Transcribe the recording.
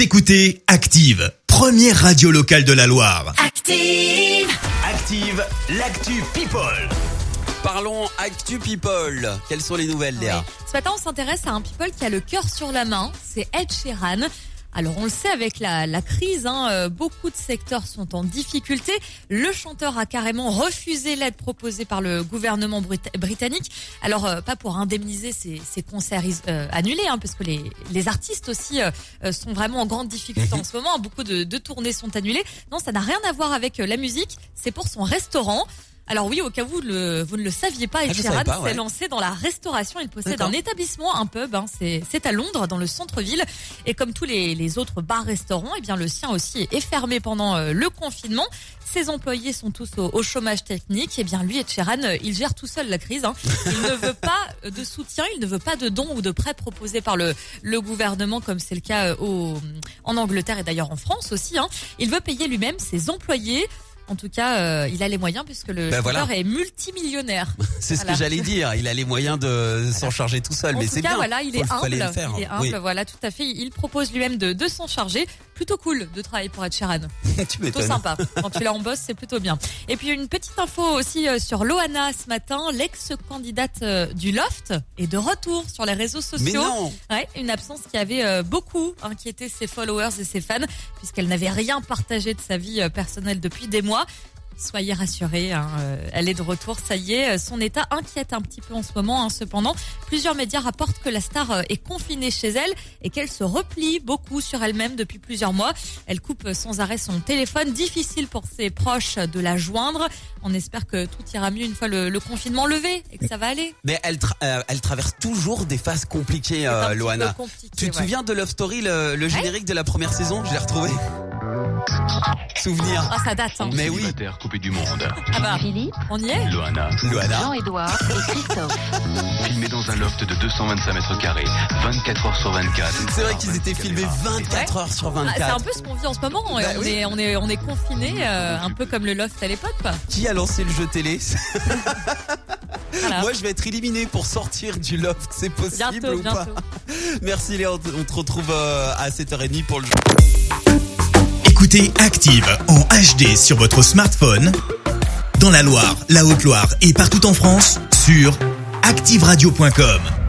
Vous écoutez Active, première radio locale de la Loire. Active, Active, l'actu People. Parlons Actu People. Quelles sont les nouvelles, Léa? Oui. Ce matin, on s'intéresse à un people qui a le cœur sur la main. C'est Ed Sheeran. Alors, on le sait, avec la crise, beaucoup de secteurs sont en difficulté. Le chanteur a carrément refusé l'aide proposée par le gouvernement britannique. Alors, pas pour indemniser ses concerts annulés, parce que les artistes aussi sont vraiment en grande difficulté en ce moment. Beaucoup de tournées sont annulées. Non, ça n'a rien à voir avec la musique. C'est pour son restaurant. Alors oui, au cas où vous ne le saviez pas, Ed Sheeran s'est lancé dans la restauration. Il possède un établissement, un pub. C'est à Londres, dans le centre-ville. Et comme tous les autres bars-restaurants, eh bien le sien aussi est fermé pendant le confinement. Ses employés sont tous au chômage technique. Eh bien lui, Ed Sheeran, il gère tout seul la crise. Il ne veut pas de soutien, il ne veut pas de dons ou de prêts proposés par le gouvernement, comme c'est le cas en Angleterre et d'ailleurs en France aussi. Il veut payer lui-même ses employés. En tout cas, il a les moyens puisque le chanteur est multimillionnaire. C'est ce que j'allais dire. Il a les moyens de s'en charger tout seul, mais c'est bien. Voilà, il est humble. Il est humble, oui. Voilà, tout à fait. Il propose lui-même de s'en charger. Plutôt cool de travailler pour Ed Sheeran. Plutôt sympa. Quand tu l'as en boss, c'est plutôt bien. Et puis une petite info aussi sur Loana ce matin. L'ex-candidate du Loft est de retour sur les réseaux sociaux. Mais non. Ouais, une absence qui avait beaucoup inquiété ses followers et ses fans puisqu'elle n'avait rien partagé de sa vie personnelle depuis des mois. Soyez rassurés, elle est de retour, ça y est. Son état inquiète un petit peu en ce moment. Cependant, plusieurs médias rapportent que la star est confinée chez elle et qu'elle se replie beaucoup sur elle-même depuis plusieurs mois. Elle coupe sans arrêt son téléphone. Difficile pour ses proches de la joindre. On espère que tout ira mieux une fois le confinement levé et que ça va aller. Mais elle traverse toujours des phases compliquées, Loana. Tu te souviens de Love Story, le générique de la première saison? Je l'ai retrouvé. Souvenir. Ah, ça date, Mais oui. Coupé du monde. Ah bah, Philippe, on y est. Loana. Jean-Édouard et Christophe. Filmé dans un loft de 225 mètres carrés, 24 heures sur 24. C'est vrai qu'ils étaient filmés 24 heures sur 24. C'est un peu ce qu'on vit en ce moment. Bah oui. On est confinés, un peu comme le Loft à l'époque, quoi. Qui a lancé le jeu télé? Voilà. Moi, je vais être éliminé pour sortir du Loft. C'est possible bientôt, ou pas? Merci Léa, on te retrouve à 7h30 pour le jeu. Écoutez Active en HD sur votre smartphone, dans la Loire, la Haute-Loire et partout en France, sur activeradio.com.